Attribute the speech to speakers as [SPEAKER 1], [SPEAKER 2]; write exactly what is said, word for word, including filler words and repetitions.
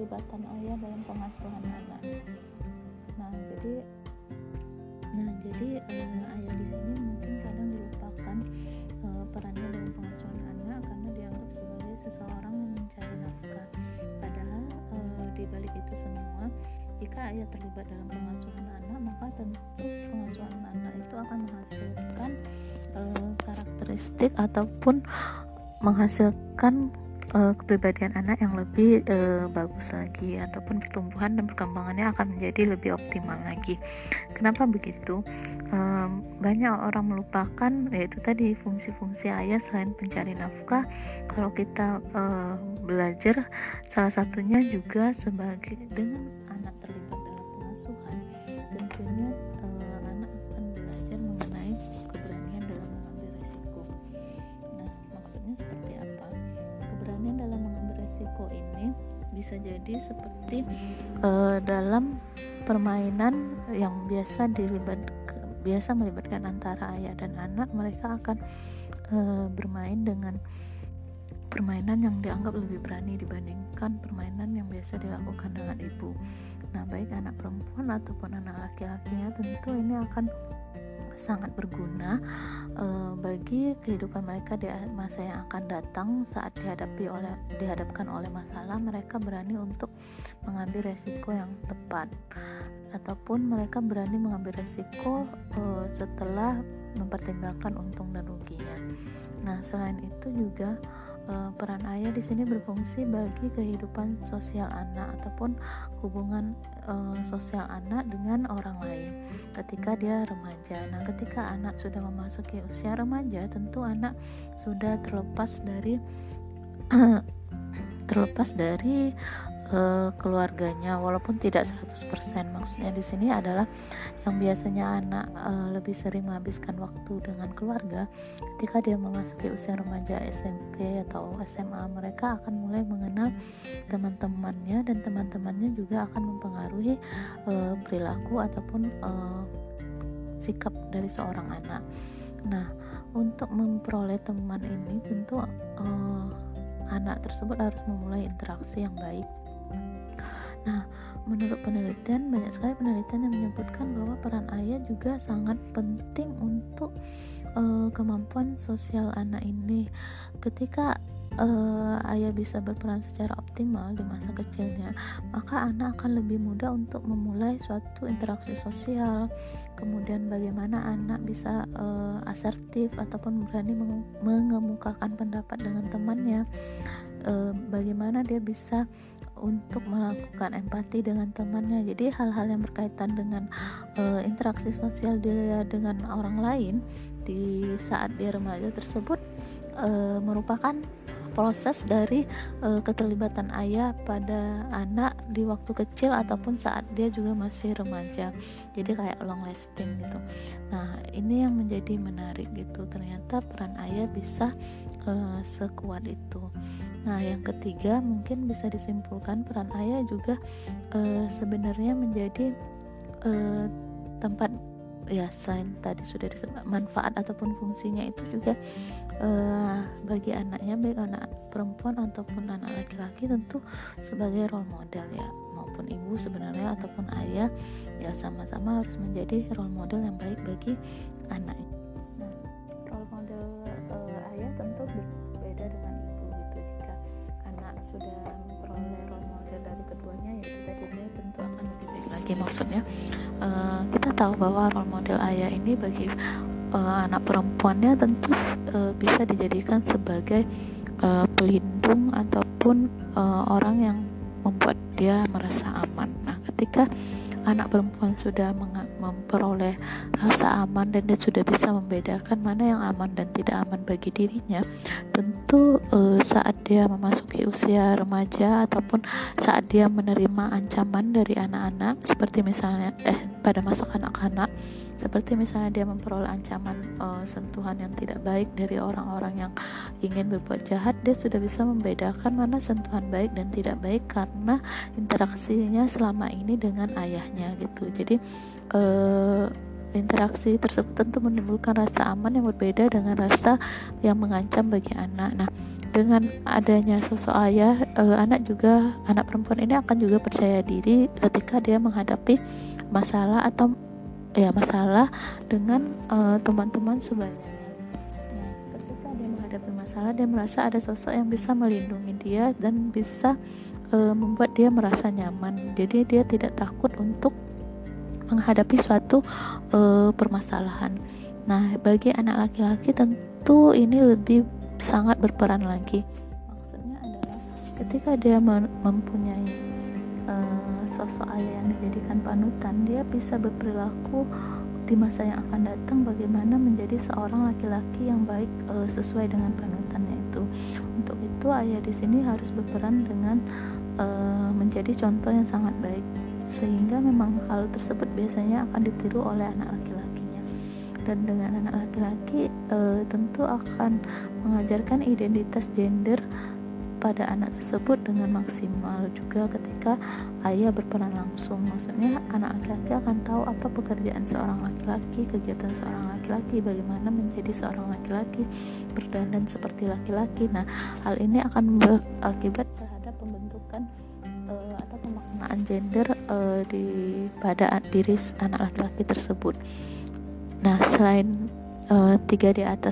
[SPEAKER 1] keterlibatan ayah dalam pengasuhan anak. Nah, jadi nah jadi uh, ayah di sini mungkin kadang dilupakan uh, perannya dalam pengasuhan anak karena dianggap sebagai seseorang yang mencari nafkah. Padahal uh, di balik itu semua, jika ayah terlibat dalam pengasuhan anak, maka tentu pengasuhan anak itu akan menghasilkan uh, karakteristik ataupun menghasilkan uh, kepribadian anak yang lebih uh, bagus lagi, ataupun pertumbuhan dan perkembangannya akan menjadi lebih optimal lagi. Kenapa begitu? Um, banyak orang melupakan yaitu tadi fungsi-fungsi ayah selain pencari nafkah. Kalau kita uh, belajar, salah satunya juga sebagai dengan anak terlibat dalam pengasuhan, tentunya uh, anak akan belajar mengenai keberanian dalam mengambil risiko. Nah, maksudnya seperti apa? Keberanian dalam mengambil risiko ini bisa jadi seperti uh, dalam permainan yang biasa dilibat biasa melibatkan antara ayah dan anak, mereka akan uh, bermain dengan permainan yang dianggap lebih berani dibandingkan permainan yang biasa dilakukan dengan ibu. Nah, baik anak perempuan ataupun anak laki-lakinya, tentu ini akan sangat berguna uh, bagi kehidupan mereka di masa yang akan datang. Saat dihadapi oleh dihadapkan oleh masalah, mereka berani untuk mengambil resiko yang tepat, ataupun mereka berani mengambil resiko uh, setelah mempertimbangkan untung dan ruginya. Nah, selain itu juga uh, peran ayah di sini berfungsi bagi kehidupan sosial anak ataupun hubungan uh, sosial anak dengan orang lain ketika dia remaja. Nah, ketika anak sudah memasuki usia remaja, tentu anak sudah terlepas dari terlepas dari Uh, keluarganya, walaupun tidak seratus persen. Maksudnya di sini adalah yang biasanya anak uh, lebih sering menghabiskan waktu dengan keluarga, ketika dia memasuki usia remaja S M P atau S M A, mereka akan mulai mengenal teman-temannya, dan teman-temannya juga akan mempengaruhi uh, perilaku ataupun uh, sikap dari seorang anak. Nah, untuk memperoleh teman ini tentu uh, anak tersebut harus memulai interaksi yang baik. Nah, menurut penelitian, banyak sekali penelitian yang menyebutkan bahwa peran ayah juga sangat penting untuk uh, kemampuan sosial anak ini. Ketika uh, ayah bisa berperan secara optimal di masa kecilnya, maka anak akan lebih mudah untuk memulai suatu interaksi sosial. Kemudian bagaimana anak bisa uh, asertif ataupun berani meng- mengemukakan pendapat dengan temannya, uh, bagaimana dia bisa untuk melakukan empati dengan temannya. Jadi hal-hal yang berkaitan dengan uh, interaksi sosial dia dengan orang lain di saat dia remaja tersebut uh, merupakan proses dari uh, keterlibatan ayah pada anak di waktu kecil ataupun saat dia juga masih remaja. Jadi kayak long lasting gitu. Nah, ini yang menjadi menarik gitu. Ternyata peran ayah bisa uh, sekuat itu. Nah, yang ketiga mungkin bisa disimpulkan peran ayah juga uh, sebenarnya menjadi uh, tempat, ya selain tadi sudah disebut manfaat ataupun fungsinya itu juga uh, bagi anaknya, baik anak perempuan ataupun anak laki-laki, tentu sebagai role model ya, maupun ibu sebenarnya ataupun ayah, ya sama-sama harus menjadi role model yang baik bagi anaknya. Nah, role model uh, ayah tentu berbeda dengan ibu gitu. Jika anak sudah memperoleh role model dari keduanya, yaitu tadi dia tentu akan lebih baik lagi. Maksudnya uh, kita tahu bahwa role model ayah ini bagi uh, anak perempuannya tentu uh, bisa dijadikan sebagai uh, pelindung ataupun uh, orang yang membuat dia merasa aman. Nah, ketika anak perempuan sudah meng- memperoleh rasa aman dan dia sudah bisa membedakan mana yang aman dan tidak aman bagi dirinya, tentu uh, saat dia memasuki usia remaja ataupun saat dia menerima ancaman dari anak-anak, seperti misalnya eh pada masa kanak-kanak, seperti misalnya dia memperoleh ancaman uh, sentuhan yang tidak baik dari orang-orang yang ingin berbuat jahat, dia sudah bisa membedakan mana sentuhan baik dan tidak baik karena interaksinya selama ini dengan ayahnya gitu. Jadi uh, interaksi tersebut tentu menimbulkan rasa aman yang berbeda dengan rasa yang mengancam bagi anak. Nah, dengan adanya sosok ayah, uh, anak juga anak perempuan ini akan juga percaya diri ketika dia menghadapi masalah atau ya masalah dengan uh, teman-teman sebayanya. Nah, ketika dia menghadapi masalah, dia merasa ada sosok yang bisa melindungi dia dan bisa uh, membuat dia merasa nyaman. Jadi dia tidak takut untuk menghadapi suatu uh, permasalahan. Nah, bagi anak laki-laki tentu ini lebih sangat berperan lagi. Maksudnya adalah ketika dia mempunyai uh, sosok ayah yang dijadikan panutan, dia bisa berperilaku di masa yang akan datang bagaimana menjadi seorang laki-laki yang baik uh, sesuai dengan panutannya itu. Untuk itu ayah di sini harus berperan dengan uh, menjadi contoh yang sangat baik, sehingga memang hal tersebut biasanya akan ditiru oleh anak laki-lakinya. Dan dengan anak laki-laki e, tentu akan mengajarkan identitas gender pada anak tersebut dengan maksimal juga ketika ayah berperan langsung. Maksudnya anak laki-laki akan tahu apa pekerjaan seorang laki-laki, kegiatan seorang laki-laki, bagaimana menjadi seorang laki-laki, berdandan seperti laki-laki. Nah, hal ini akan berakibat terhadap pembentukan uh, atau pemaknaan gender uh, di pada diri anak laki-laki tersebut. Nah, selain uh, tiga di atas